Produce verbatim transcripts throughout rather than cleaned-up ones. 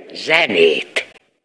zenét.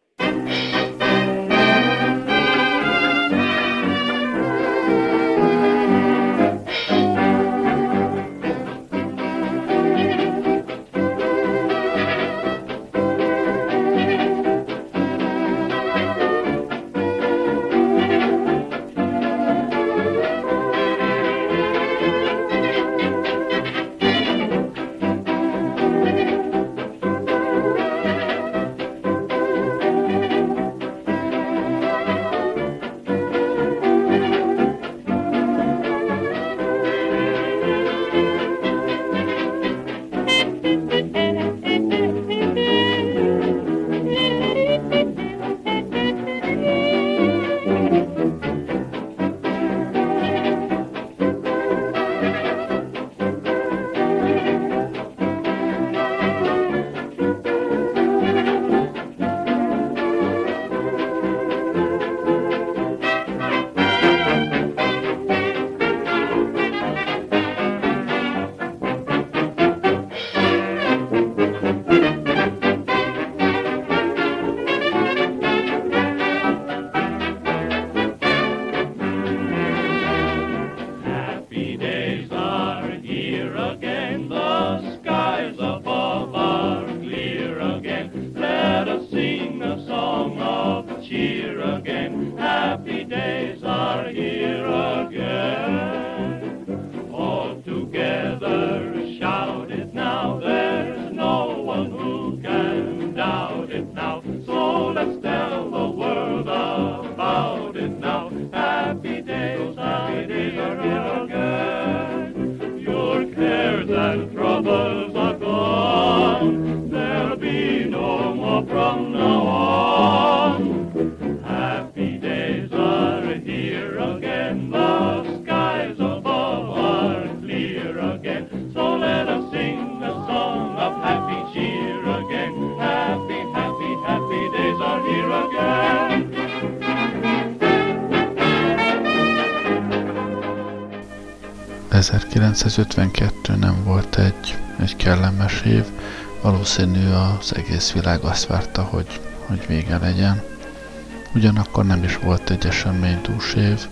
ezerkilencszázötvenkettő nem volt egy, egy kellemes év, valószínű az egész világ azt várta, hogy, hogy vége legyen. Ugyanakkor nem is volt egy eseménydús év.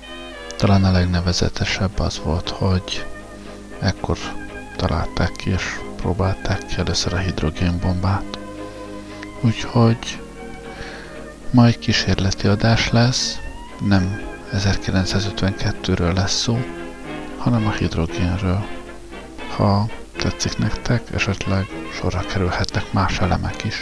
Talán a legnevezetesebb az volt, hogy ekkor találták ki és próbálták ki először a hidrogénbombát. Úgyhogy ma egy kísérleti adás lesz, nem ezerkilencszázötvenkettőről lesz szó, hanem a hidrogénről. Ha tetszik nektek, esetleg sorra kerülhetnek más elemek is.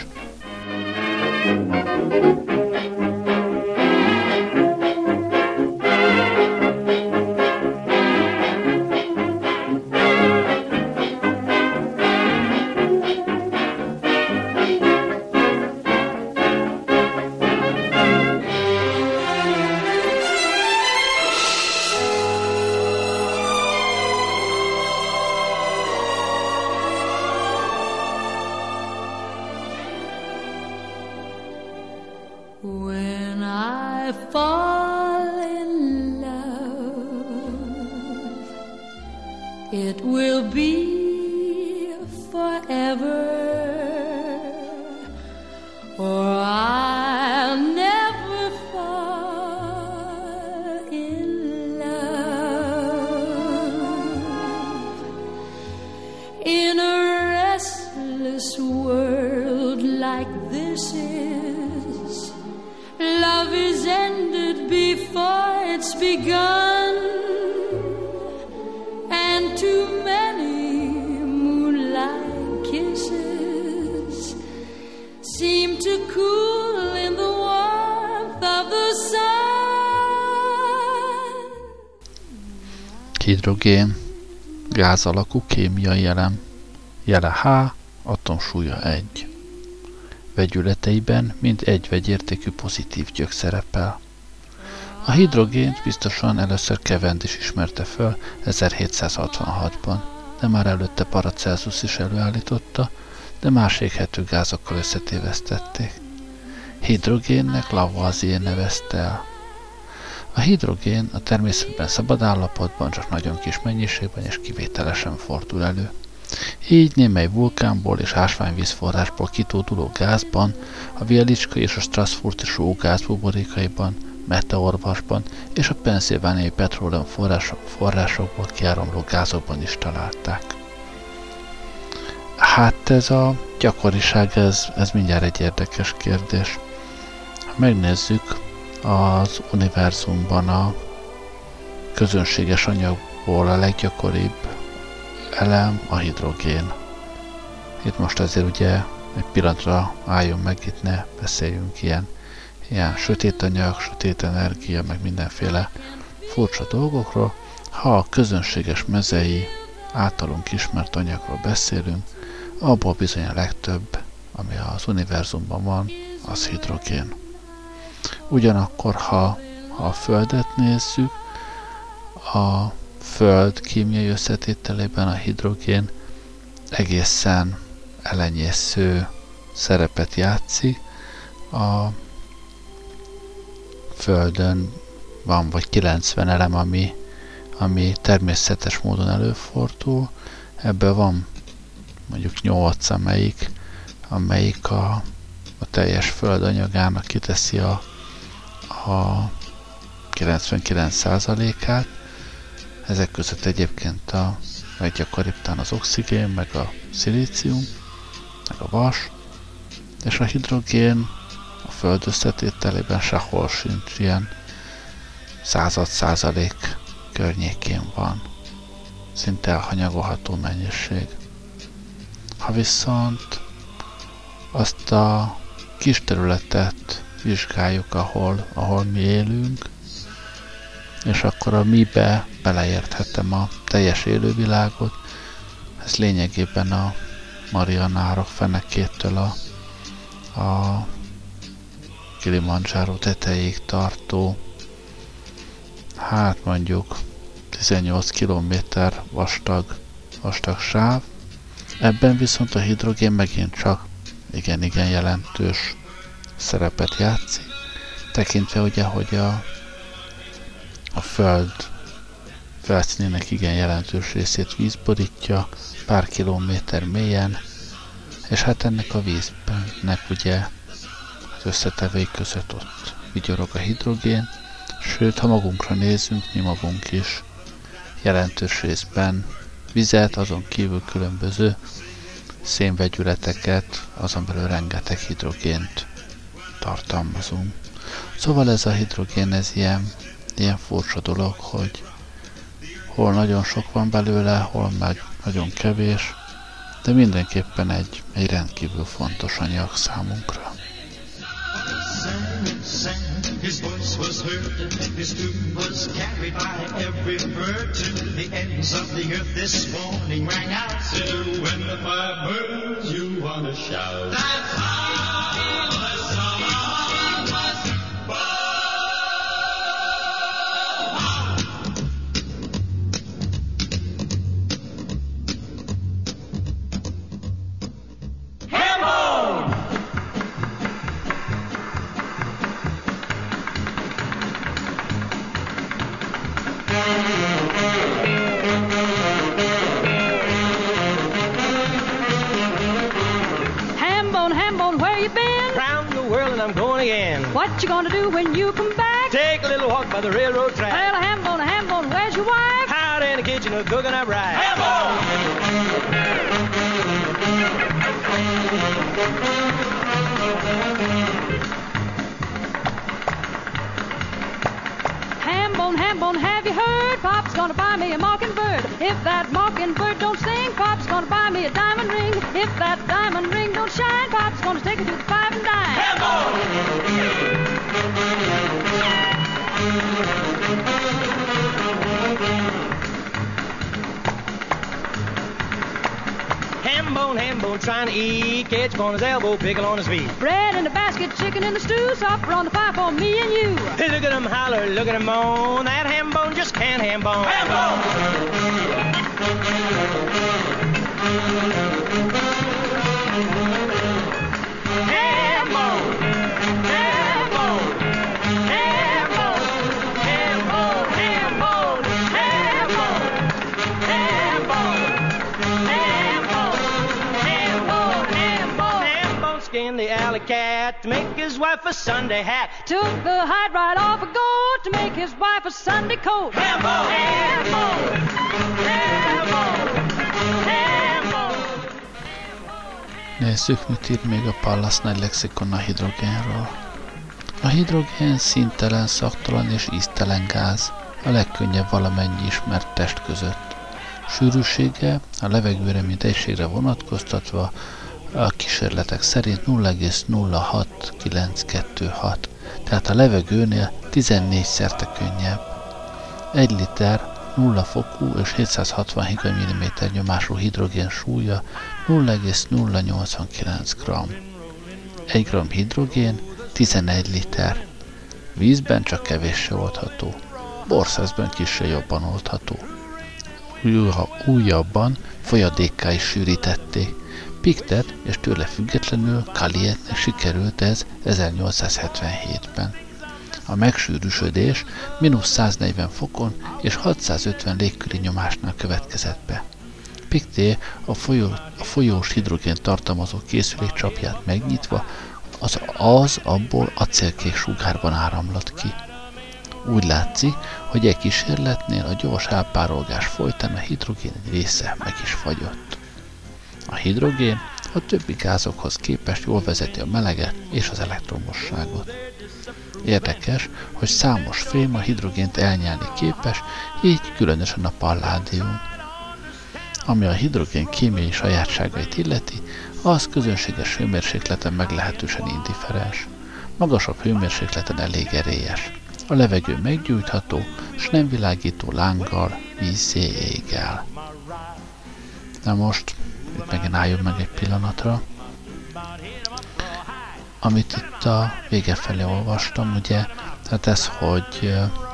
Hidrogén, gáz alakú kémiai elem, jele H, atomsúlya egy. Vegyületeiben mind egy vegyértékű pozitív gyök szerepel. A hidrogént biztosan először Cavendish ismerte föl ezerhétszázhatvanhatban, de már előtte Paracelsus is előállította, de más éghető gázokkal összetévesztették. Hidrogénnek Lavoisier nevezte el. A hidrogén a természetben szabad állapotban csak nagyon kis mennyiségben és kivételesen fordul elő. Így némely vulkánból és ásványvízforrásból kitóduló gázban, a Wieliczka és a Strasfurti só gázbuborékaiban, meteorvasban és a pennsylvániai petróleum források, forrásokból kiáramló gázokban is találták. Hát ez a gyakoriság, ez, ez mindjárt egy érdekes kérdés. Ha megnézzük, az univerzumban a közönséges anyagból a leggyakoribb elem a hidrogén. Itt most azért ugye egy pillanatra álljon meg, itt ne beszéljünk ilyen, ilyen sötét anyag, sötét energia, meg mindenféle furcsa dolgokról. Ha a közönséges mezei általunk ismert anyagról beszélünk, abból bizony a legtöbb, ami az univerzumban van, az hidrogén. Ugyanakkor, ha, ha a Földet nézzük, a Föld kémiai összetételében a hidrogén egészen elenyésző szerepet játszik. A Földön van vagy kilencven elem, ami, ami természetes módon előfordul. Ebből van mondjuk nyolc, amelyik, amelyik a, a teljes Föld anyagának kiteszi a, a kilencvenkilenc százalékát. Ezek között egyébként a leggyakoribb az oxigén, meg a szilícium, meg a vas, és a hidrogén a Föld összetételében sehol sincs, ilyen század százalék környékén van. Szinte elhanyagolható mennyiség. Ha viszont azt a kis területet vizsgáljuk, ahol, ahol mi élünk, és akkor a mibe beleérthetem a teljes élővilágot, ez lényegében a Mariana-árok fenekétől a, a Kilimanjaro tetejéig tartó, hát mondjuk tizennyolc kilométer vastag, vastag sáv. Ebben viszont a hidrogén megint csak igen-igen jelentős szerepet játszik, tekintve ugye, hogy a, a Föld felszínének igen jelentős részét víz borítja, pár kilométer mélyen, és hát ennek a víznek ugye az összetevői között ott vigyorog a hidrogén, sőt, ha magunkra nézzünk, mi magunk is jelentős részben vizet, azon kívül különböző szénvegyületeket, azon belül rengeteg hidrogént tartalmazunk. Szóval ez a hidrogén, ez ilyen, ilyen furcsa dolog, hogy hol nagyon sok van belőle, hol meg nagyon kevés, de mindenképpen egy, egy rendkívül fontos anyag számunkra. His voice was heard, his tune was carried by every bird to the ends of the earth. This morning rang out. So when the fire burns, you wanna shout. That's how the song was born. Hambone! Hambone, Hambone, where you been? Round the world and I'm going again. What you gonna do when you come back? Take a little walk by the railroad track. Well, Hambone, Hambone, where's your wife? Out in the kitchen, a cooking up right. Hambone! Hambone, Hambone, have you heard? Pop's gonna buy me a mockingbird. If that mockingbird don't sing, Pop's gonna buy me a diamond ring. If that diamond ring don't shine, Pop's gonna take it to the five and dime. Hambone, Hambone, trying to eat. Catch on his elbow, pickle on his feet. Bread in the basket, chicken in the stew, supper on the fire for me and you. Hey, look at him holler, look at him moan. That Hambone just can't Hambone. Hambone! Hambone! Hambone! Hambone! Hambone! Hambone! Hambone! Hambone! in the alley cat to make his wife a Sunday hat. Took the hide right off a goat to make his wife a Sunday coat. Hambo! Hambo! Hambo! Hambo! Nézzük, mit ír még a Pallas Nagy Lexikon a hidrogénről. A hidrogén színtelen, szaktalan és íztelen gáz, a legkönnyebb valamennyi ismert test között. Sűrűsége a levegőre mint egységre vonatkoztatva a kísérletek szerint nulla egész nulla hat kilenc kettő hat, tehát a levegőnél tizennégy-szerte könnyebb. Egy liter nulla fokú és hétszázhatvan higamilliméter nyomású hidrogén súlya nulla egész nulla nyolcvankilenc gramm. egy gramm hidrogén tizenegy liter. Vízben csak kevéssé oldható, borszeszben kissé jobban oldható. Újabban folyadékká is sűrítették. Pictet és tőle függetlenül Calietnek sikerült ez ezernyolcszázhetvenhétben. A megsűrűsödés mínusz száznegyven fokon és hatszázötven légköri nyomásnál következett be. Pictet a, folyó, a folyós hidrogén tartalmazó készülék csapját megnyitva az, az abból acélkék sugárban áramlott ki. Úgy látszik, hogy egy kísérletnél a gyors elpárolgás folytán a hidrogén egy része meg is fagyott. A hidrogén a többi gázokhoz képest jól vezeti a meleget és az elektromosságot. Érdekes, hogy számos fém a hidrogént elnyelni képes, így különösen a palládium. Ami a hidrogén kémiai sajátságait illeti, az közönséges hőmérsékleten meglehetősen indiferens. Magasabb hőmérsékleten elég erélyes. A levegő meggyújtható, s nem világító lánggal, vízzé ég el. Na most, itt megint álljunk meg egy pillanatra. Amit itt a vége felé olvastam, ugye, tehát ez, hogy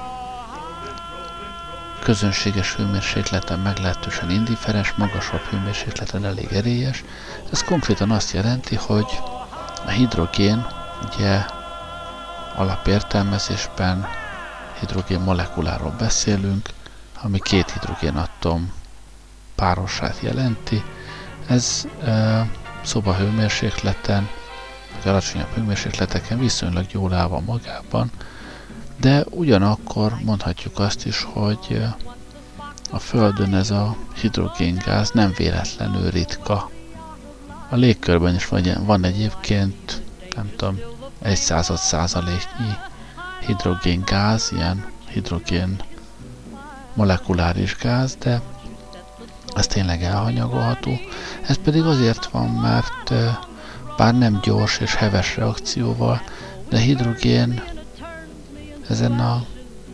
közönséges hőmérsékleten meglehetősen indiferens, magasabb hőmérsékleten elég erélyes. Ez konkrétan azt jelenti, hogy a hidrogén, ugye alapértelmezésben hidrogén molekuláról beszélünk, ami két hidrogénatom párosát jelenti. Ez e, szobahőmérsékleten, vagy alacsonyabb hőmérsékleteken viszonylag jól áll van magában, de ugyanakkor mondhatjuk azt is, hogy a Földön ez a hidrogéngáz nem véletlenül ritka. A légkörben is van, van egyébként, nem tudom, egy század százaléknyi hidrogéngáz, ilyen hidrogén molekuláris gáz, de ez tényleg elhanyagolható. Ez pedig azért van, mert bár nem gyors és heves reakcióval, de hidrogén ezen a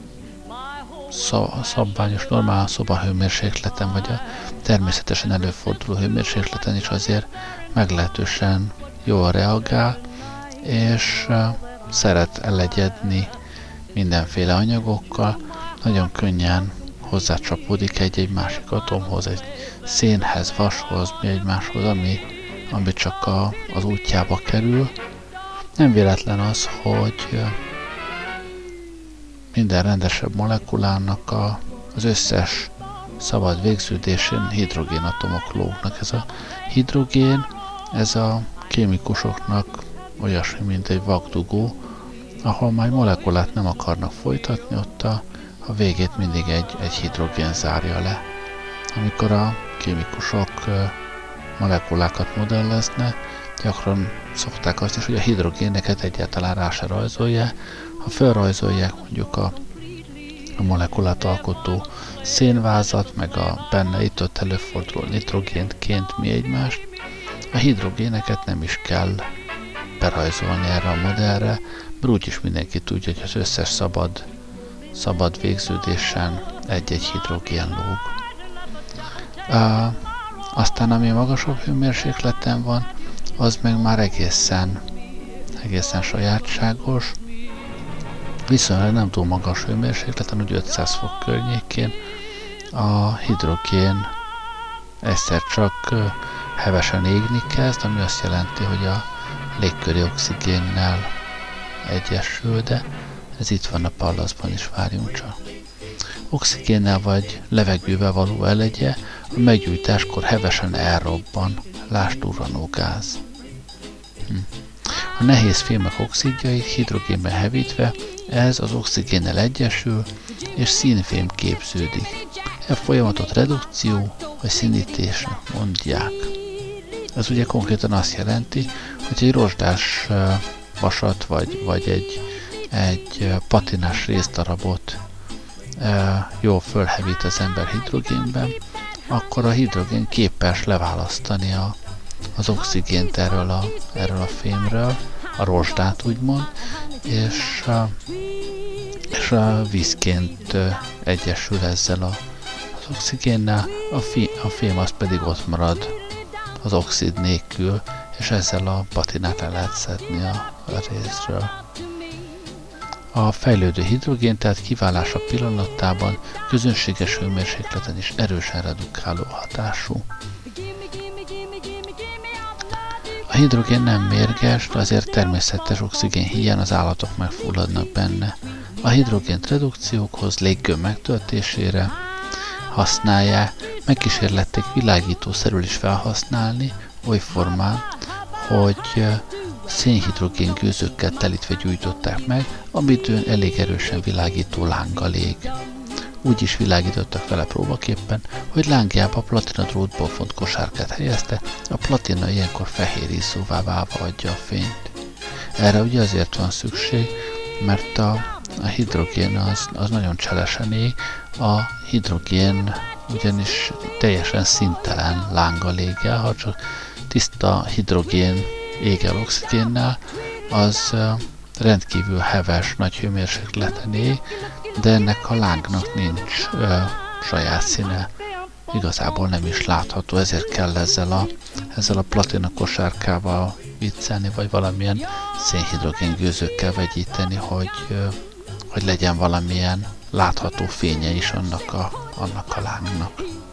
szabványos, normál szobahőmérsékleten, vagy a természetesen előforduló hőmérsékleten is azért meglehetősen jól reagál, és szeret elegyedni mindenféle anyagokkal, nagyon könnyen hozzácsapódik egy-egy másik atomhoz, egy szénhez, vashoz, mi egymáshoz, ami, ami csak a, az útjába kerül. Nem véletlen az, hogy minden rendesebb molekulának a, az összes szabad végződésén hidrogénatomok lógnak. Ez a hidrogén, ez a kémikusoknak olyasmi, mint egy vakdugó, ahol már molekulát nem akarnak folytatni, ott a, a végét mindig egy, egy hidrogén zárja le. Amikor a kémikusok molekulákat modelleznek, gyakran szokták azt is, hogy a hidrogéneket egyáltalán rá se rajzolják. Ha felrajzolják mondjuk a, a molekulát alkotó szénvázat, meg a benne itt-ott előforduló nitrogénként mi egymást, a hidrogéneket nem is kell berajzolni erre a modellre, mert úgyis mindenki tudja, hogy az összes szabad, szabad végződésen egy-egy hidrogén lóg. Uh, aztán ami magasabb hőmérsékleten van, az meg már egészen, egészen sajátságos. Viszonylag nem túl magas hőmérsékleten, úgy ötszáz fok környékén a hidrogén egyszer csak uh, hevesen égni kezd, ami azt jelenti, hogy a légköri oxigénnel egyesül, de ez itt van a Pallasban is, várjunk csak. Oxigénnel vagy levegővel való elegye a meggyújtáskor hevesen elrobban, lásd uranógáz. Hm. A nehéz fémek oxidjait hidrogénben hevítve ez az oxigénnel egyesül, és színfém képződik. E folyamatot redukció vagy színítés mondják. Ez ugye konkrétan azt jelenti, hogy egy rozsdás vasat vagy, vagy egy, egy patinás részdarabot e, jól fölhevít az ember hidrogénben, akkor a hidrogén képes leválasztani a, az oxigént erről a, erről a fémről, a rozsdát úgymond, és, és a vízként egyesül ezzel a, az oxigénnel, a, fi, a fém az pedig ott marad az oxid nélkül, és ezzel a patinát el lehet szedni a, a részről. A fejlődő hidrogén tehát kiválása pillanatában közönséges hőmérsékleten is erősen redukáló hatású. A hidrogén nem mérges, de azért természetes oxigén hiány az állatok megfulladnak benne. A hidrogént redukciókhoz, léggömb megtöltésére használják, megkísérlették világítószerül is felhasználni, oly formán, hogy szénhidrogén gőzökkel telítve gyújtották meg, amitől elég erősen világító lánggal ég. Úgy is világítottak vele próbaképpen, hogy lángjába platinadrótból font kosárkát helyezte, a platina ilyenkor fehér izzóvá válva adja a fényt. Erre ugye azért van szükség, mert a, a hidrogén az, az nagyon cselesen ég, a hidrogén ugyanis teljesen színtelen lánggal ég el, ha csak tiszta hidrogén ég el oxigénnel, az rendkívül heves, nagy hőmérsékleten ég, de ennek a lángnak nincs ö, saját színe, igazából nem is látható, ezért kell ezzel a, ezzel a platina kosárkával viccelni, vagy valamilyen szénhidrogén gőzökkel vegyíteni, hogy, ö, hogy legyen valamilyen látható fénye is annak a, annak a lángnak.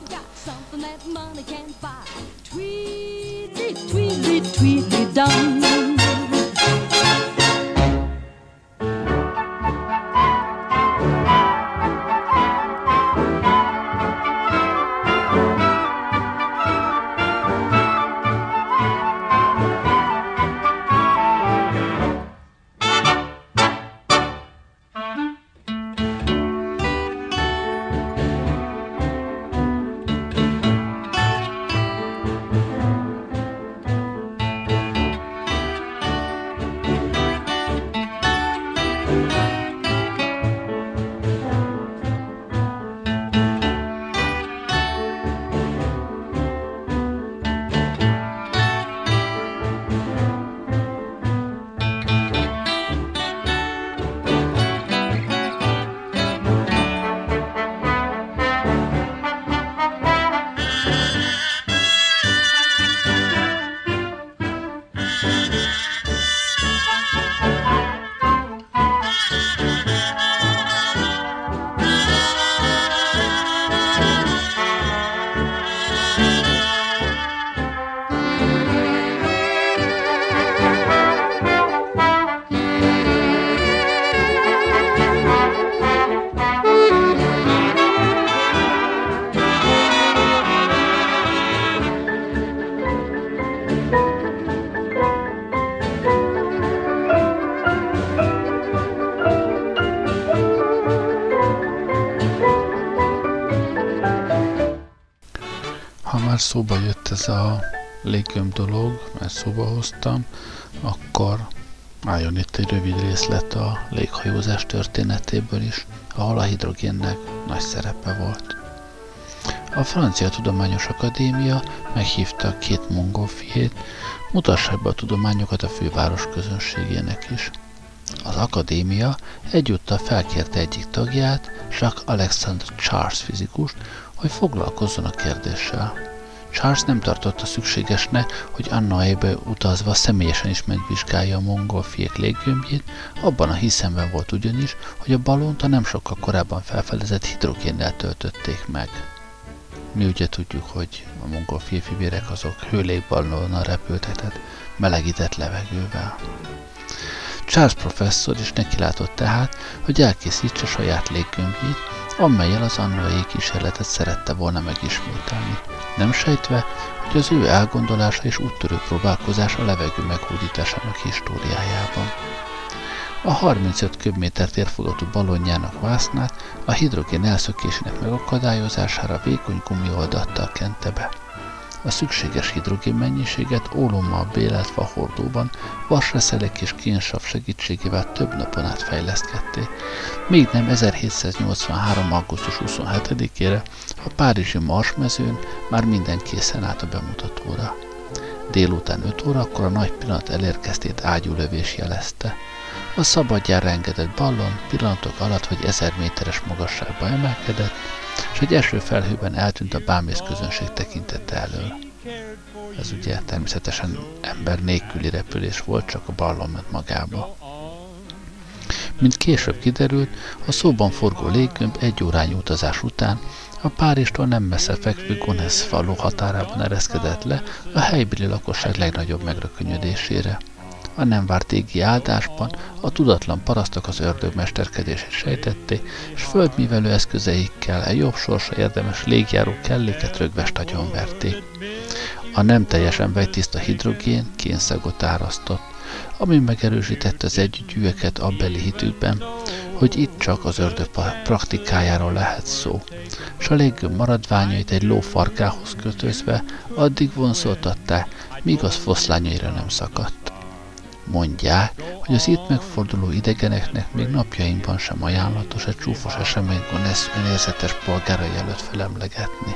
Már szóba jött ez a léggömb dolog, mert szóba hoztam, akkor álljon itt egy rövid részlet a léghajózás történetéből is, ahol a hidrogénnek nagy szerepe volt. A Francia Tudományos Akadémia meghívta két mongolfiét, mutassák be a tudományokat a főváros közönségének is. Az akadémia egyúttal felkérte egyik tagját, Jacques Alexandre Charles fizikust, hogy foglalkozzon a kérdéssel. Charles nem tartotta szükségesnek, hogy Annoybe utazva személyesen is megvizsgálja a mongolfiék léggömbjét, abban a hiszemben volt ugyanis, hogy a balont a nem sokkal korábban felfedezett hidrogénnel töltötték meg. Mi ugye tudjuk, hogy a mongolfié fivérek azok hőlégballonnal repültek, tehát melegített levegővel. Charles professzor is nekilátott tehát, hogy elkészítse saját léggömbjét, amellyel az Annoyé kísérletet szerette volna megismételni. nem sejtve, hogy az ő elgondolása és úttörő próbálkozás a levegő meghódításának históriájában. A harmincöt köbméter térfogatú ballonjának vásznát a hidrogén elszökésének megakadályozására vékony gumioldattal kente be. A szükséges hidrogén mennyiséget ólommal bélelt fahordóban, vasreszelek és kénsav segítségével több napon át fejlesztgették, még nem ezerhétszáznyolcvanhárom. augusztus huszonhetedikére a párizsi Marsmezőn már minden készen állt a bemutatóra. Délután öt órakor a nagy pillanat elérkeztét ágyúlövés jelezte. A szabadjára engedett ballon pillanatok alatt vagy ezer méteres magasságba emelkedett, és egy esőfelhőben eltűnt a bámész közönség tekintete elől. Ez ugye természetesen ember nélküli repülés volt, csak a ballon ment magába. Mint később kiderült, a szóban forgó léggömb egy órányi utazás után a Párizstól nem messze fekvő Gonesse falu határában ereszkedett le a helybéli lakosság legnagyobb megrökönyödésére. A nem várt égi áldásban a tudatlan parasztok az ördög mesterkedését sejtették, és földművelő eszközeikkel a jobb sorsa érdemes légjáró kelléket rögvest agyonverték. A nem teljesen vegytiszta hidrogén kénszagot árasztott, ami megerősítette az együgyűeket abbeli hitükben, hogy itt csak az ördög praktikájáról lehet szó, s a léggömb maradványait egy ló farkához kötözve addig vonszoltatták, míg az foszlányaira nem szakadt. Mondják, hogy az itt megforduló idegeneknek még napjainkban sem ajánlatos egy csúfos eseményt Gonesse önérzetes polgárai előtt felemlegetni.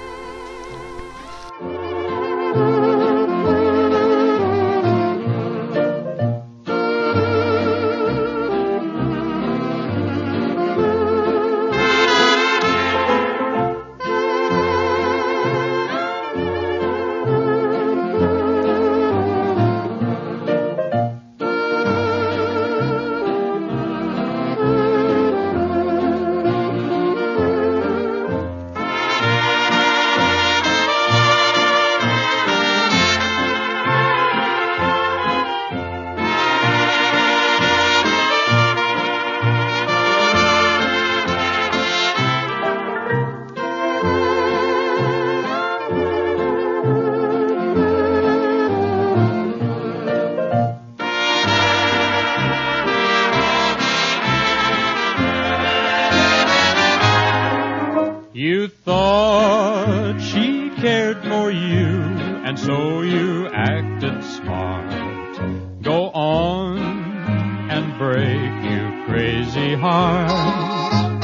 You thought she cared for you, and so you acted smart. Go on and break you crazy heart.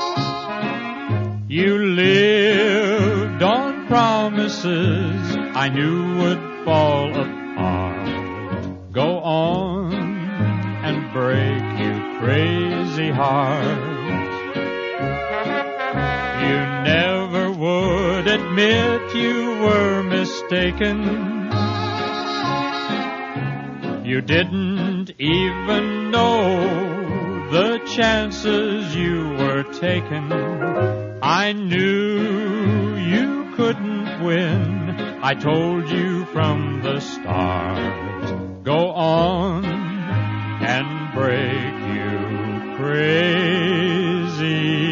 You lived on promises I knew would fall apart. Go on and break you crazy heart. You never would admit you were mistaken. You didn't even know the chances you were taking. I knew you couldn't win. I told you from the start. Go on and break you crazy.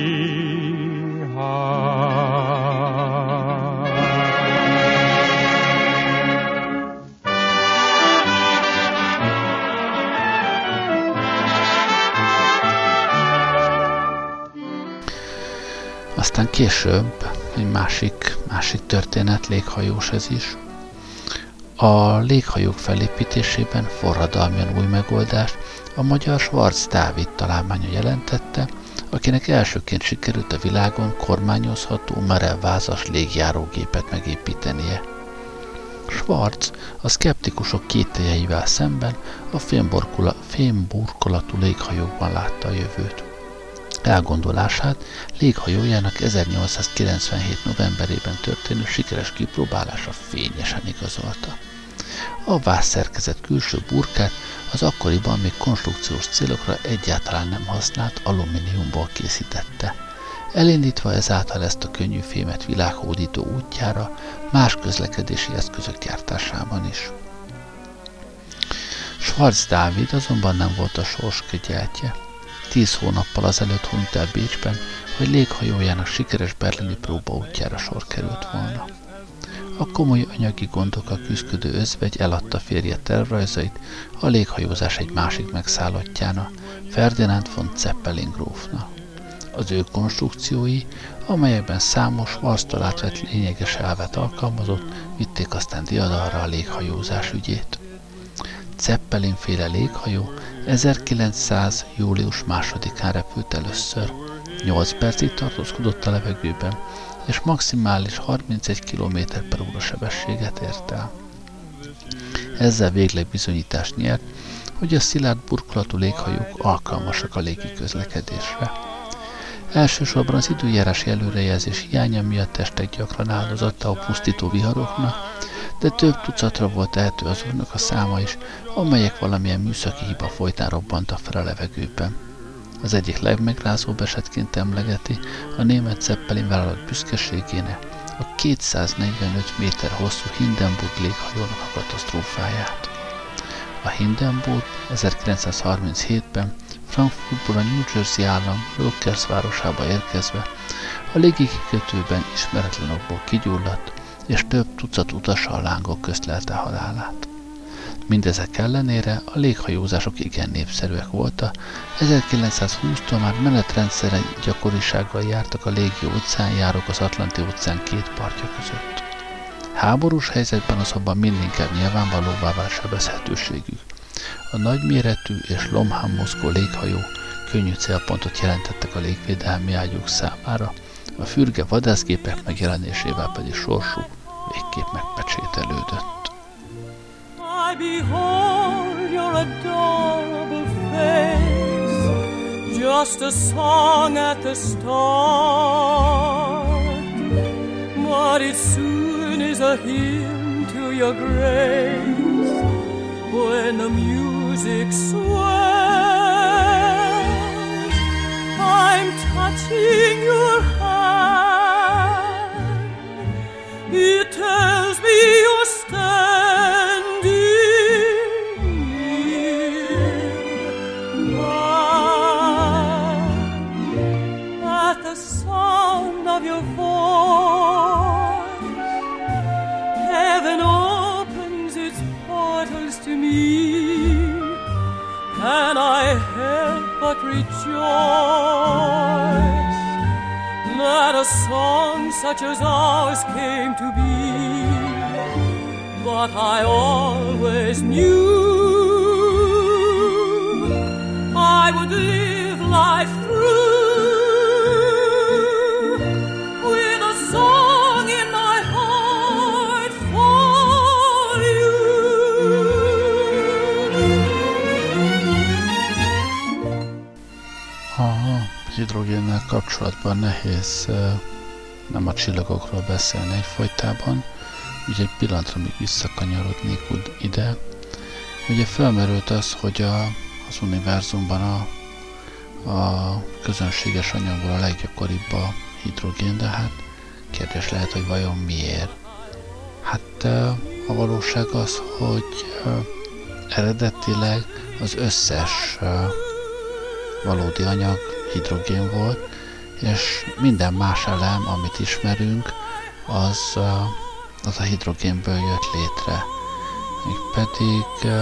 Aztán később egy másik, másik történet, léghajós ez is. A léghajók felépítésében forradalmian új megoldást a magyar Schwarz Dávid találmánya jelentette, akinek elsőként sikerült a világon kormányozható, merevvázas légjárógépet megépítenie. Schwarz a szkeptikusok kételjeivel szemben a fémburkolatú léghajókban látta a jövőt. Elgondolását léghajójának ezernyolcszázkilencvenhét novemberében történő sikeres kipróbálása fényesen igazolta. A vászszerkezet külső burkát az akkoriban még konstrukciós célokra egyáltalán nem használt alumíniumból készítette, elindítva ezáltal ezt a könnyű fémet világhódító útjára más közlekedési eszközök gyártásában is. Schwarz Dávid azonban nem volt a sors kegyeltje. Tíz hónappal azelőtt hunyt el Bécsben, hogy léghajójának sikeres berlini próbaútjára sor került volna. a komoly anyagi gondokkal küzdő özvegy eladta férje tervrajzait a léghajózás egy másik megszállottjának, Ferdinand von Zeppelin grófnak. Az ő konstrukciói, amelyekben számos varztól átvett lényeges elvet alkalmazott, vitték aztán diadalra a léghajózás ügyét. Zeppelin-féle léghajó ezerkilencszáz. július másodikán repült először. nyolc percig tartózkodott a levegőben, és maximális harmincegy kilométer per óra sebességet ért el. Ezzel végleg bizonyítást nyert, hogy a szilárd burkolatú léghajók alkalmasak a légiközlekedésre. Elsősorban az időjárási előrejelzés hiánya miatt testek gyakran áldozatta a pusztító viharoknak, de több tucatra volt tehető azoknak a száma is, amelyek valamilyen műszaki hiba folytán robbantak fel a levegőben. Az egyik legmegrázóbb esetként emlegeti a német Zeppelin vállalat büszkeségének a kétszáznegyvenöt méter hosszú Hindenburg léghajónak a katasztrófáját. A Hindenburg ezerkilencszázharminchétben Frankfurtból a New Jersey állam Yonkers városába érkezve a légikikötőben ismeretlen okból kigyulladt, és több tucat utasa lángok közt lelte halálát. Mindezek ellenére a léghajózások igen népszerűek voltak, ezerkilencszázhúsztól már menetrendszeren gyakorisággal jártak a légi óceánjárók az Atlanti-óceán két partja között. Háborús helyzetben azonban mindinkább nyilvánvalóvá vált sebezhetőségük. A nagyméretű és Lomhán mozgó léghajó könnyű célpontot jelentettek a légvédelmi ágyúk számára, a fürge vadászgépek megjelenésével pedig sorsuk végképp megpecsételődött. I behold your adorable face, just a song at the start, but it soon is a hymn to your grace, when the music swells. I'm touching your hand, it tells me you're standing near. At the sound of your voice, heaven opens its portals to me, and I help but rejoice that a song such as ours came to be. But I always knew I would live life through with a song in my heart for you. A hidrogénnel kapcsolatban nehéz nem a csillagokról beszélni egyfolytában, ugye egy pillanatra még visszakanyarodnék ide. Ugye felmerült az, hogy a, az univerzumban a, a közönséges anyagból a leggyakoribb a hidrogén, de hát kérdés lehet, hogy vajon miért. Hát a valóság az, hogy eredetileg az összes valódi anyag hidrogén volt, és minden más elem, amit ismerünk, az, az a hidrogénből jött létre. Mégpedig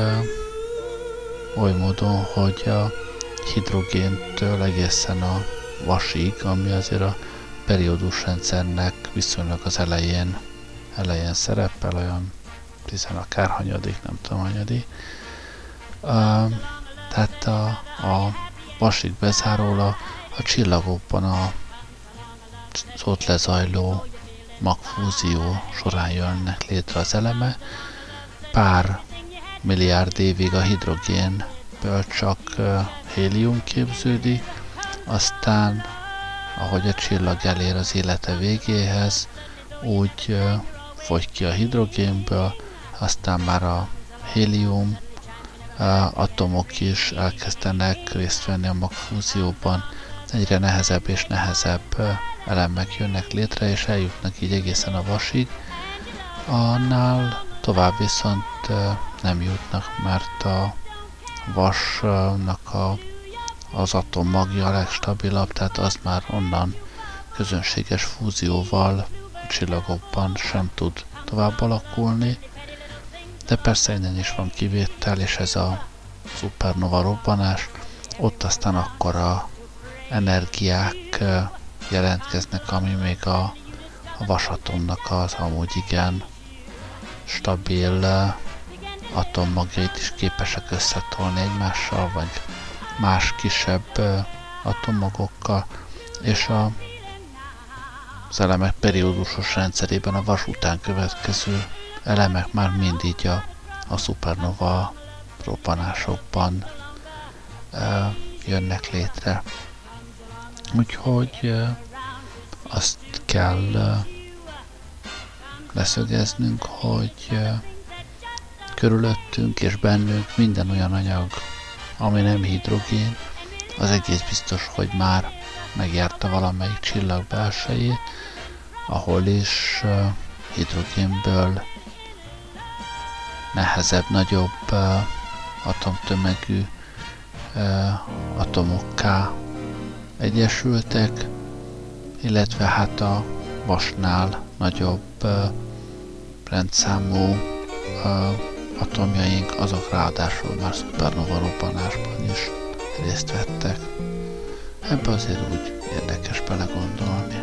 oly módon, hogy a hidrogéntől egészen a vasig, ami azért a periódusrendszernek viszonylag az elején, elején szerepel, olyan tizen akárhanyadik, nem tudom hanyadik. Tehát a, a vasig bezáróla a csillagokban a, az ott lezajló magfúzió során jönnek létre az eleme. Pár milliárd évig a hidrogénből csak uh, hélium képződik, aztán, ahogy a csillag elér az élete végéhez, úgy uh, fogy ki a hidrogénből, aztán már a hélium uh, atomok is elkezdenek részt venni a magfúzióban, egyre nehezebb és nehezebb uh, elemek jönnek létre, és eljutnak így egészen a vasig. Annál tovább viszont uh, nem jutnak, mert a vasnak a, az atommagja a legstabilabb, tehát az már onnan közönséges fúzióval a csillagokban sem tud tovább alakulni, de persze innen is van kivétel, és ez a szupernova robbanás, ott aztán akkora energiák jelentkeznek, ami még a, a vasatomnak az amúgy igen stabil atommagjait is képesek összetolni egymással, vagy más kisebb atommagokkal, és a, az elemek periódusos rendszerében a vas után következő elemek már mind így a, a szupernova robbanásokban e, jönnek létre. Úgyhogy e, azt kell e, leszögeznünk, hogy e, körülöttünk és bennünk minden olyan anyag, ami nem hidrogén, az egész biztos, hogy már megjárta valamelyik csillag belsejét, ahol is uh, hidrogénből nehezebb, nagyobb uh, atomtömegű uh, atomokká egyesültek, illetve hát a vasnál nagyobb uh, rendszámú uh, atomjaink, azok ráadásul már szupernova robbanásban is részt vettek. Ebbe azért úgy érdekes belegondolni.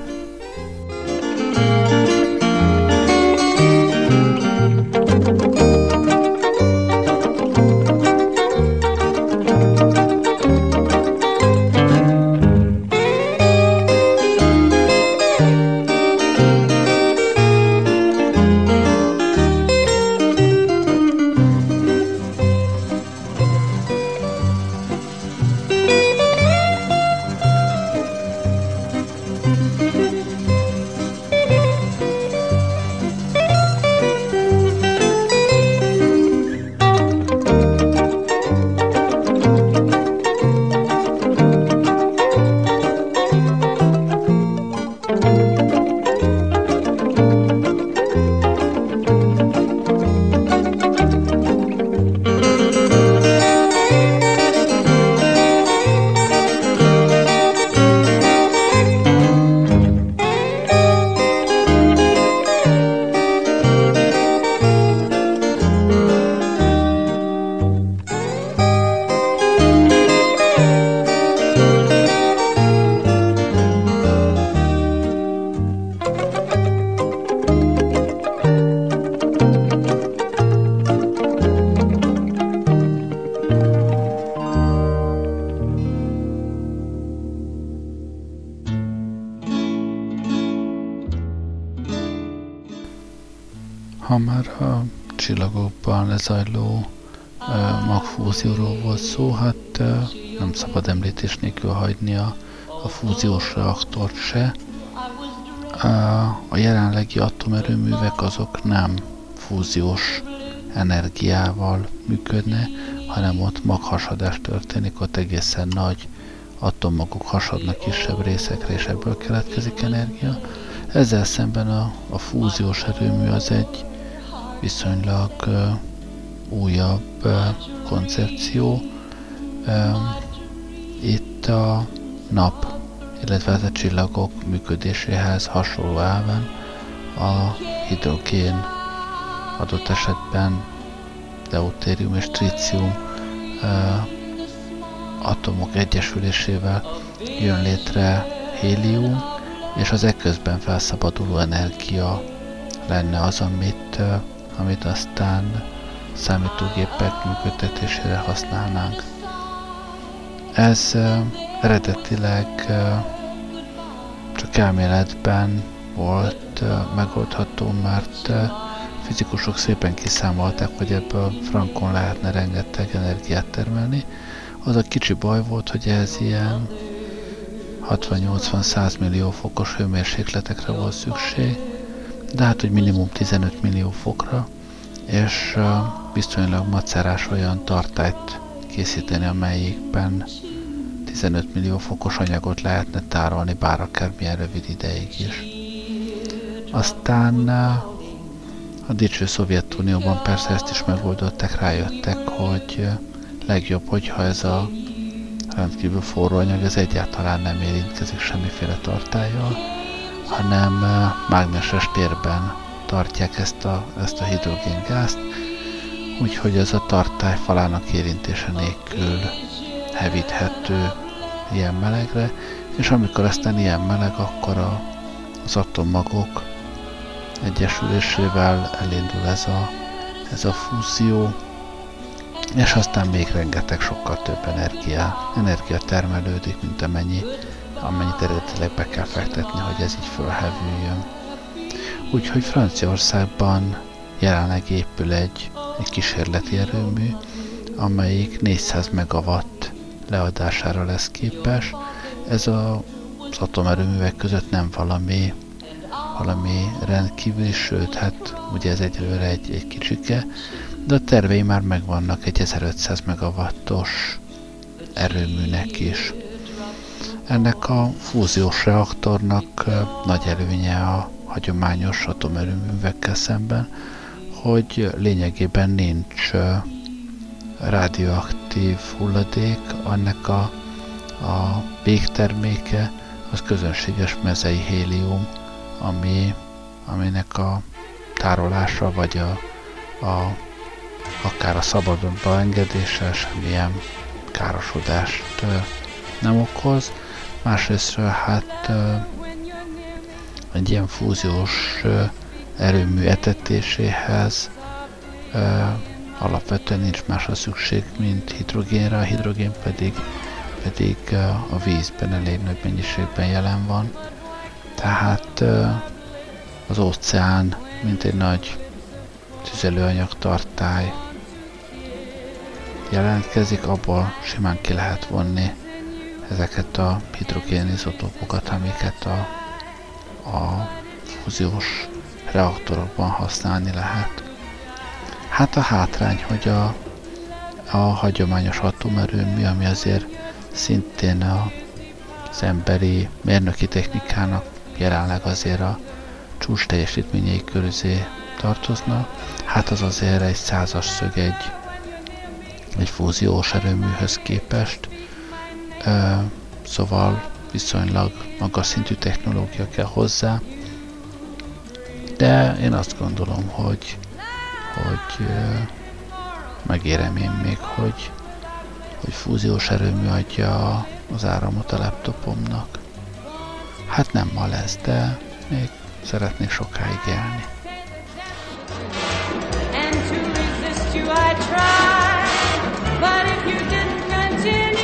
Ha már a csillagokban lezajló uh, magfúzióról volt szó, hát uh, nem szabad említés nélkül hagyni a, a fúziós reaktort se. Uh, a jelenlegi atomerőművek azok nem fúziós energiával működnek, hanem ott maghasadás történik, ott egészen nagy atommagok hasadnak kisebb részekre, és ebből keletkezik energia. Ezzel szemben a, a fúziós erőmű az egy viszonylag uh, újabb uh, koncepció. Uh, itt a nap, illetve a csillagok működéséhez hasonló elven a hidrogén, adott esetben deutérium és trícium uh, atomok egyesülésével jön létre hélium, és az ekközben felszabaduló energia lenne az, amit, uh, amit aztán számítógépek működtetésére használnánk. Ez uh, eredetileg uh, csak elméletben volt uh, megoldható, mert uh, fizikusok szépen kiszámolták, hogy ebből frankon lehetne rengeteg energiát termelni. Az a kicsi baj volt, hogy ez ilyen hatvan-nyolcvan-száz millió fokos hőmérsékletekre volt szükség, de hát, hogy minimum tizenöt millió fokra, és uh, viszonylag macerás olyan tartályt készíteni, amelyikben tizenöt millió fokos anyagot lehetne tárolni, bár akármilyen rövid ideig is. Aztán uh, a dicső Szovjetunióban persze ezt is megoldották, rájöttek, hogy uh, legjobb, hogyha ez a rendkívül forró anyag, ez egyáltalán nem érintkezik semmiféle tartállyal, hanem uh, mágneses térben tartják ezt a, ezt a hidrogéngázt, úgyhogy ez a tartály falának érintése nélkül hevíthető ilyen melegre, és amikor aztán ilyen meleg, akkor a, az atommagok egyesülésével elindul ez a, ez a fúzió, és aztán még rengeteg, sokkal több energia, energia termelődik, mint amennyi, amennyit eredetileg be kell fektetni, hogy ez így fölhevüljön. Úgyhogy Franciaországban jelenleg épül egy, egy kísérleti erőmű, amelyik négyszáz megawatt leadására lesz képes. Ez a, az atomerőművek között nem valami, valami rendkívüli, sőt, hát ugye ez egyelőre egy, egy kicsike, de a tervei már megvannak egy ezerötszáz megawattos erőműnek is. Ennek a fúziós reaktornak nagy előnye a hagyományos atomerőművekkel szemben, hogy lényegében nincs radioaktív hulladék, annak a, a végterméke az közönséges mezei hélium, ami, aminek a tárolása vagy a, a, akár a szabadon beengedése semmilyen károsodást nem okoz. Másrésztről hát egy ilyen fúziós erőmű etetéséhez alapvetően nincs másra szükség, mint hidrogénre, a hidrogén pedig, pedig a vízben elég nagy mennyiségben jelen van. Tehát az óceán, mint egy nagy tüzelőanyag tartály jelentkezik, abból simán ki lehet vonni ezeket a hidrogén izotópokat, amiket a, a fúziós reaktorokban használni lehet. Hát a hátrány, hogy a, a hagyományos atomerőmű, ami azért szintén a, az emberi mérnöki technikának jelenleg azért a csúcs teljesítményei közé tartozna, hát az azért egy százas szög egy, egy fúziós erőműhöz képest, Ö, szóval viszonylag magas szintű technológia kell hozzá, de én azt gondolom, hogy, hogy ö, megérem én még, hogy, hogy fúziós erőmű adja az áramot a laptopomnak. Hát nem ma lesz, de még szeretnék sokáig élni. And to resist you I tried, but if you didn't continue,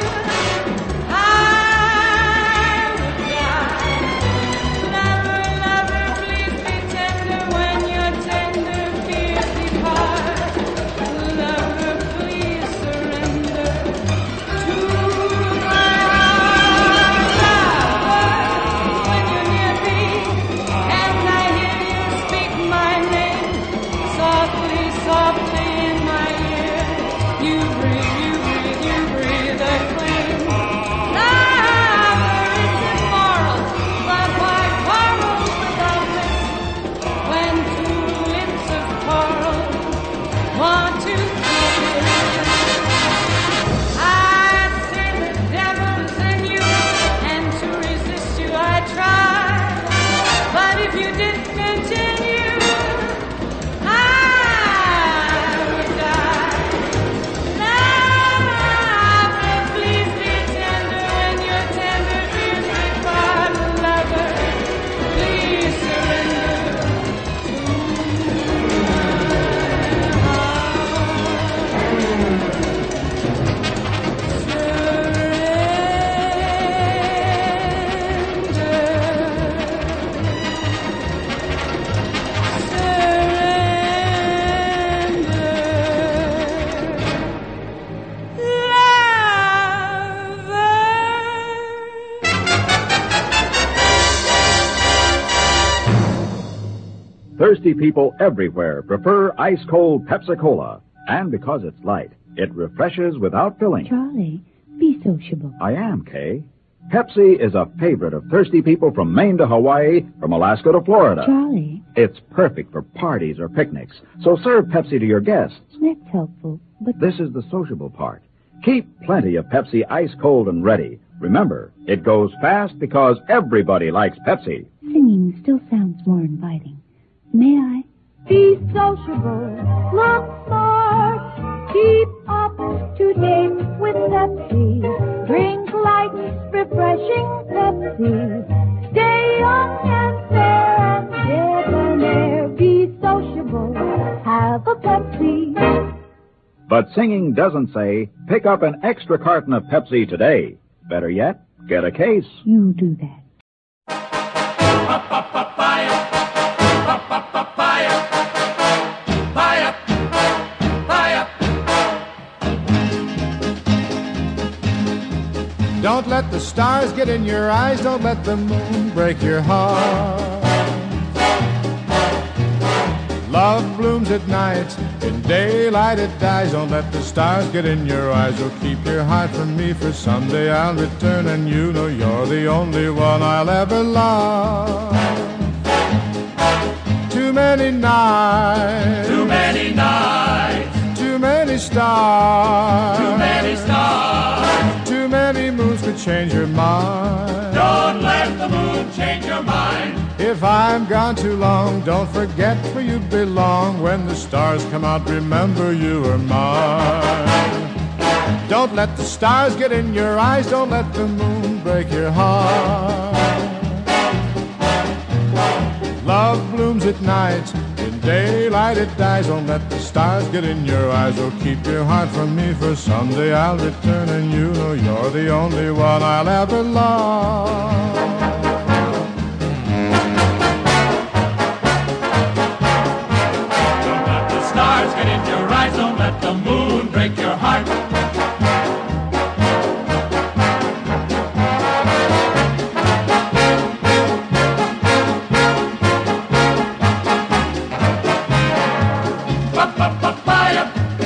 Thirsty people everywhere prefer ice-cold Pepsi-Cola. And because it's light, it refreshes without filling. Charlie, be sociable. I am, Kay. Pepsi is a favorite of thirsty people from Maine to Hawaii, from Alaska to Florida. Charlie. It's perfect for parties or picnics. So serve Pepsi to your guests. That's helpful, but... This is the sociable part. Keep plenty of Pepsi ice-cold and ready. Remember, it goes fast because everybody likes Pepsi. Singing still sounds more inviting. May I? Be sociable, look smart, keep up to date with Pepsi. Drink light, refreshing Pepsi. Stay young and fair and debonair. Be sociable, have a Pepsi. But singing doesn't say, pick up an extra carton of Pepsi today. Better yet, get a case. You do that. Don't let the stars get in your eyes, don't let the moon break your heart. Love blooms at night, in daylight it dies. Don't let the stars get in your eyes, or keep your heart from me, for someday I'll return and you know you're the only one I'll ever love. Too many nights, too many nights, too many stars, too many stars, too many moons could change your mind. Don't let the moon change your mind. If I'm gone too long, don't forget where you belong. When the stars come out, remember you are mine. Don't let the stars get in your eyes, don't let the moon break your heart. Love blooms at night, in daylight it dies. Don't let the stars get in your eyes, or keep your heart from me, for someday I'll return and you know you're the only one I'll ever love. Get in your eyes, don't let the moon break your heart. Papaya,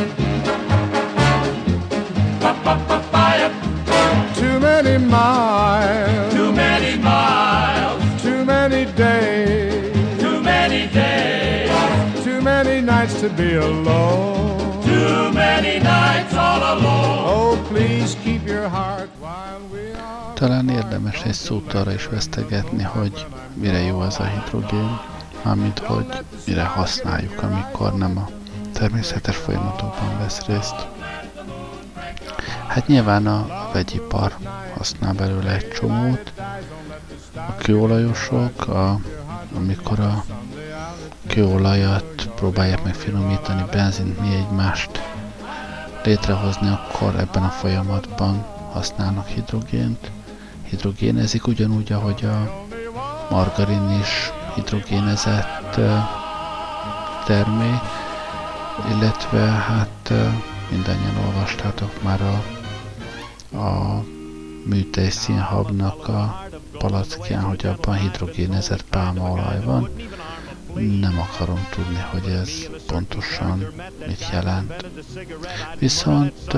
papaya. Too many miles, too many miles, too many days, too many days, too many nights to be alone. Too many nights all alone. Oh, please keep your heart while we are. Talán érdemes egy szót arra is vesztegetni, hogy mire jó az a hidrogén, mármint hogy mire használjuk, amikor nem a természetes folyamatokban vesz részt. Hát nyilván a vegyipar használ belőle egy csomót, a kőolajosok, a, amikor a kőolajat próbálják meg finomítani, benzint, mi egymást létrehozni, akkor ebben a folyamatban használnak hidrogént. Hidrogénezik ugyanúgy, ahogy a margarin is hidrogénezett termék, illetve hát mindannyian olvastátok már a, a műtej színhabnak a palackján, hogy abban hidrogénezett pálmaolaj van. Nem akarom tudni, hogy ez pontosan mit jelent. Viszont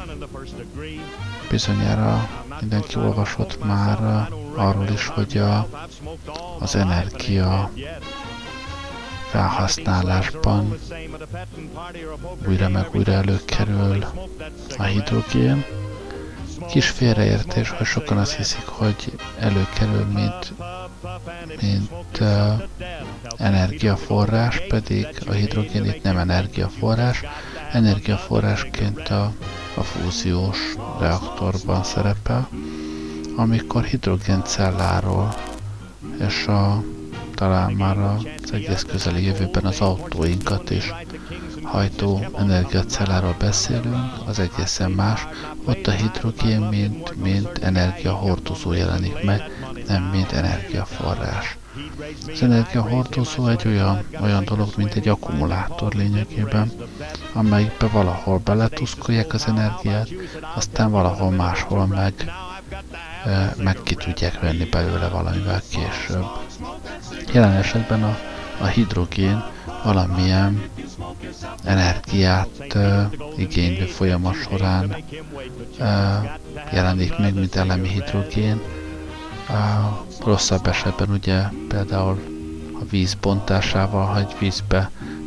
bizonyára mindenki olvasott már arról is, hogy a, az energia felhasználásban újra meg újra előkerül a hidrogén. Kis félreértés, hogy sokan azt hiszik, hogy előkerül, mint, mint uh, energiaforrás, pedig a hidrogén itt nem energiaforrás. Energiaforrásként a, a fúziós reaktorban szerepel, amikor hidrogéncelláról és a, talán már az egész közeli jövőben az autóinkat is hajtó energiacelláról beszélünk, az egészen más. Ott a hidrogén mint, mint energiahordozó jelenik meg, nem mint energiaforrás. Az energiahordozó egy olyan, olyan dolog, mint egy akkumulátor lényegében, amelyikbe valahol beletuszkolják az energiát, aztán valahol máshol meg, meg ki tudják venni belőle valamivel később. Jelen esetben a, a hidrogén valamilyen energiát uh, igénylő folyamat során uh, jelenik meg, mint elemi hidrogén. Uh, rosszabb esetben ugye például a víz bontásával, ha egy vízbe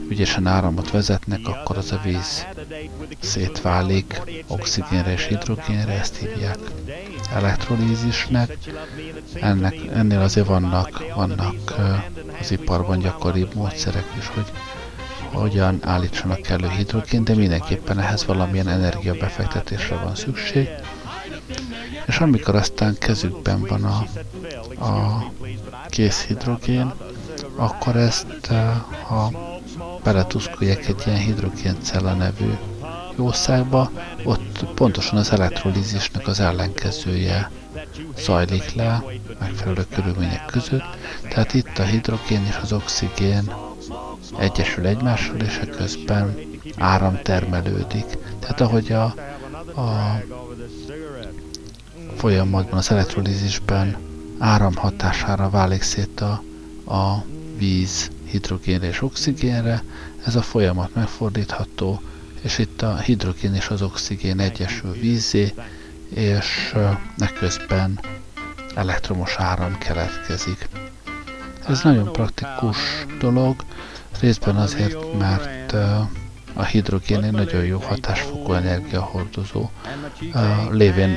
ügyesen áramot vezetnek, akkor az a víz szétválik oxigénre és hidrogénre, ezt hívják elektrolízisnek. Ennek, ennél azért vannak, vannak az iparban gyakoribb módszerek is, hogy hogyan állítsanak elő hidrogén, de mindenképpen ehhez valamilyen energiabefektetésre van szükség. És amikor aztán kezükben van a, a kész hidrogén, akkor ezt, ha beletuszkolják egy ilyen hidrogéncella nevű jószágba, ott pontosan az elektrolízisnek az ellenkezője zajlik le megfelelő körülmények között. Tehát itt a hidrogén és az oxigén egyesül egymással, és közben áram termelődik. Tehát ahogy a, a folyamatban, az elektrolízisben áram hatására válik szét a, a víz hidrogénre és oxigénre, ez a folyamat megfordítható, és itt a hidrogén és az oxigén egyesül vízzé, és ekközben elektromos áram keletkezik. Ez nagyon praktikus dolog, részben azért, mert a hidrogén egy nagyon jó hatásfokú energiahordozó, lévén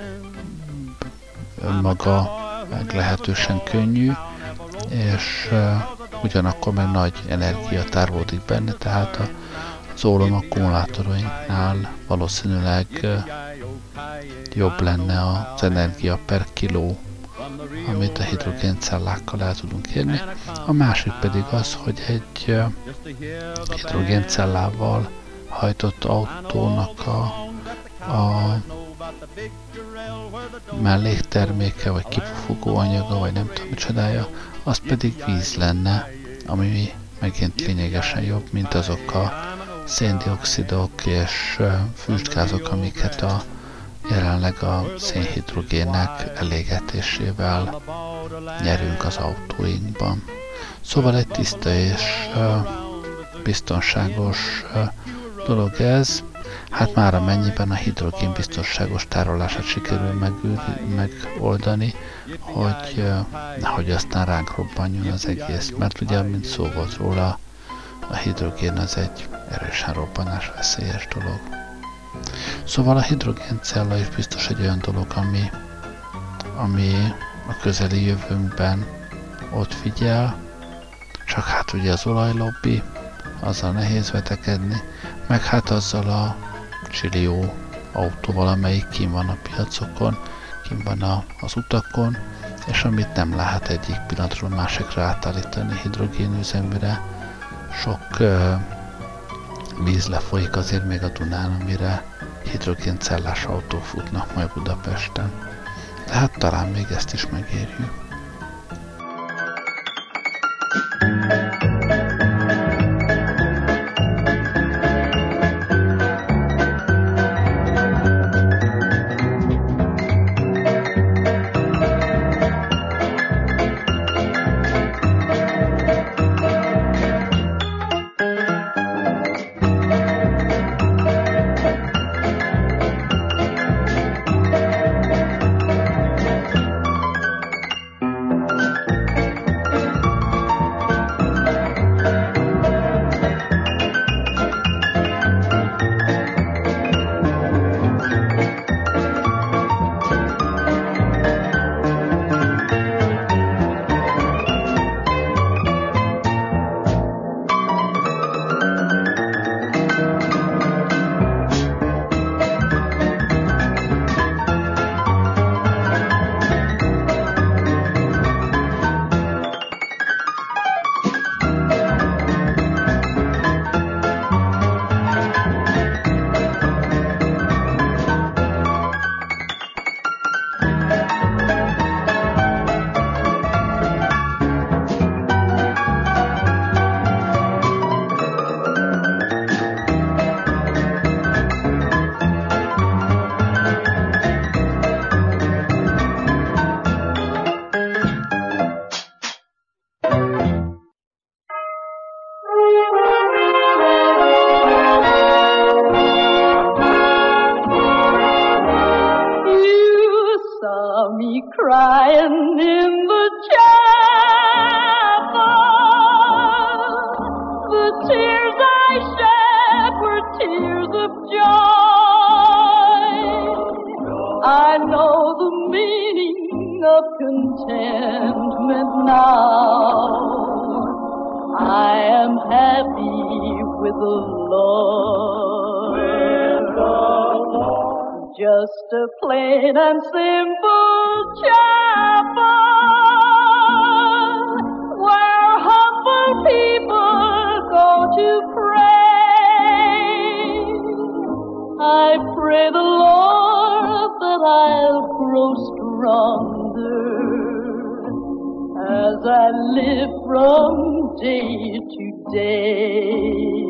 maga meglehetősen könnyű, és ugyanakkor meg nagy energia tárolódik benne, tehát az ólom akkumulátorainknál valószínűleg jobb lenne az energia per kiló, amit a hidrogéncellákkal el tudunk érni. A másik pedig az, hogy egy hidrogéncellával hajtott autónak a, a mellékterméke, vagy kipufogó anyaga, vagy nem tudom micsodája, az pedig víz lenne, ami megint lényegesen jobb, mint azok a széndioxidok és füstgázok, amiket a jelenleg a szénhidrogének elégetésével nyerünk az autóinkban. Szóval egy tiszta és biztonságos dolog ez. Hát már amennyiben a hidrogén biztonságos tárolását sikerül megoldani, hogy nehogy aztán ránk robbanjon az egész. Mert ugye, mint szó volt róla, a hidrogén az egy erősen robbanásveszélyes dolog. Szóval a hidrogéncella is biztos egy olyan dolog, ami, ami a közeli jövőnkben ott figyel, csak hát ugye az olajlobbi, azzal nehéz vetekedni, meg hát azzal a csillió autóval, amelyik kín van a piacokon, kín van a, az utakon, és amit nem lehet egyik pillanatról másikra átállítani hidrogénüzeműre. Sok uh, víz lefolyik azért még a Dunán, amire hidrogéncellás autók futnak majd Budapesten. Tehát talán még ezt is megérjük. Crying in the chapel, the tears contentment now. I am happy with the Lord. With the Lord. Just a plain and simple chapel where humble people go to pray. I pray the Lord that I'll grow stronger as I live from day to day.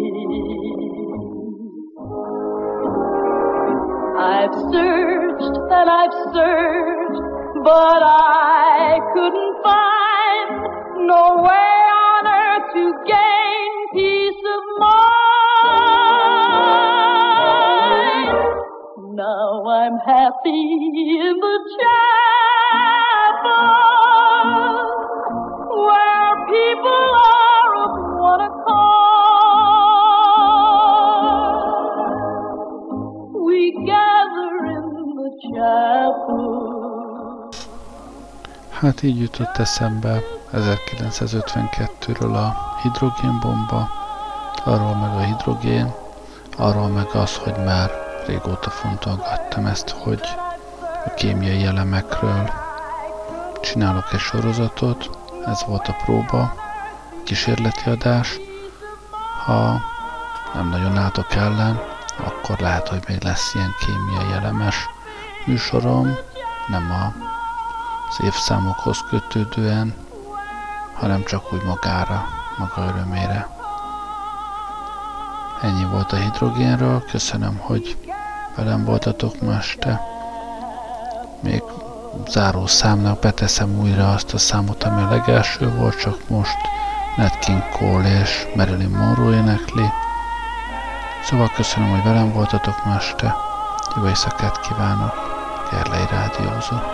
I've searched and I've searched, but I couldn't find no way on earth to gain peace of mind. Now I'm happy in the chapel where people are of one accord. We gather in the chapel. Hát így jutott eszembe ezerkilencszázötvenkettőről a hidrogénbomba, arról meg a hidrogén, arról meg az, hogy már régóta fontolgattam ezt, hogy a kémiai elemekről csinálok egy sorozatot. Ez volt a próba, kísérleti adás. Ha nem nagyon álltok ellen, akkor lehet, hogy még lesz ilyen kémiai elemes műsorom, nem a, az évszámokhoz kötődően, hanem csak úgy magára, maga örömére. Ennyi volt a hidrogénről, köszönöm, hogy velem voltatok ma este. Még záró számnak beteszem újra azt a számot, ami a legelső volt, csak most Nat King Cole és Marilyn Monroe énekli. Szóval köszönöm, hogy velem voltatok ma este. Jó éjszakát kívánok, Gerlei rádiózott.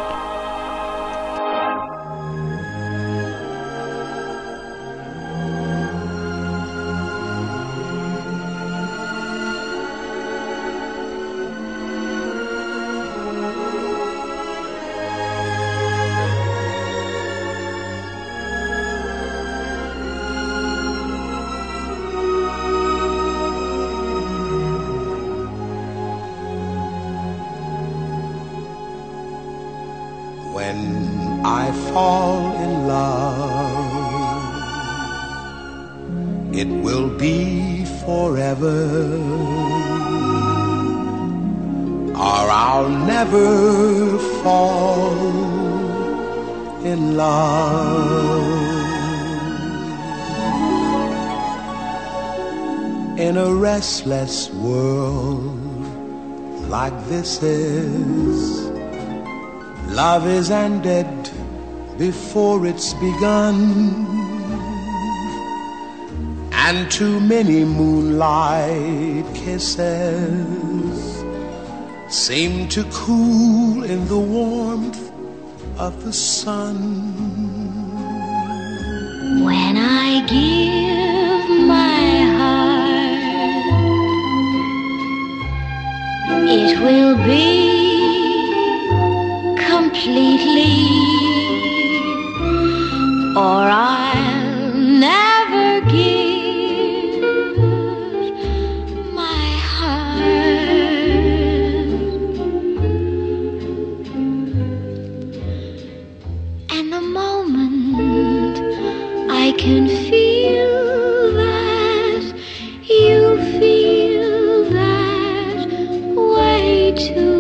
When I fall in love, it will be forever, or I'll never fall in love. In a restless world like this is, love is ended before it's begun, and too many moonlight kisses seem to cool in the warmth of the sun. When I give my heart, it will be completely, or I'll never give my heart. And the moment I can feel that you feel that way too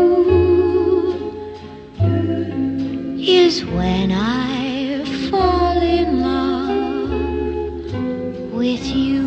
is when I fall in love with you.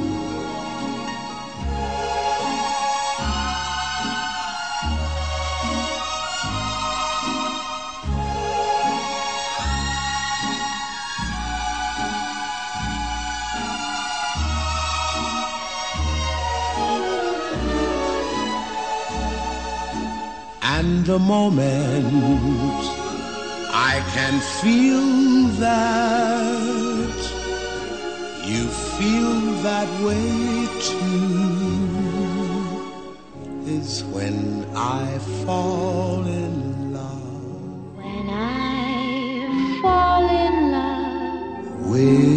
And the moment I can feel that you feel that way too is when I fall in love. When I with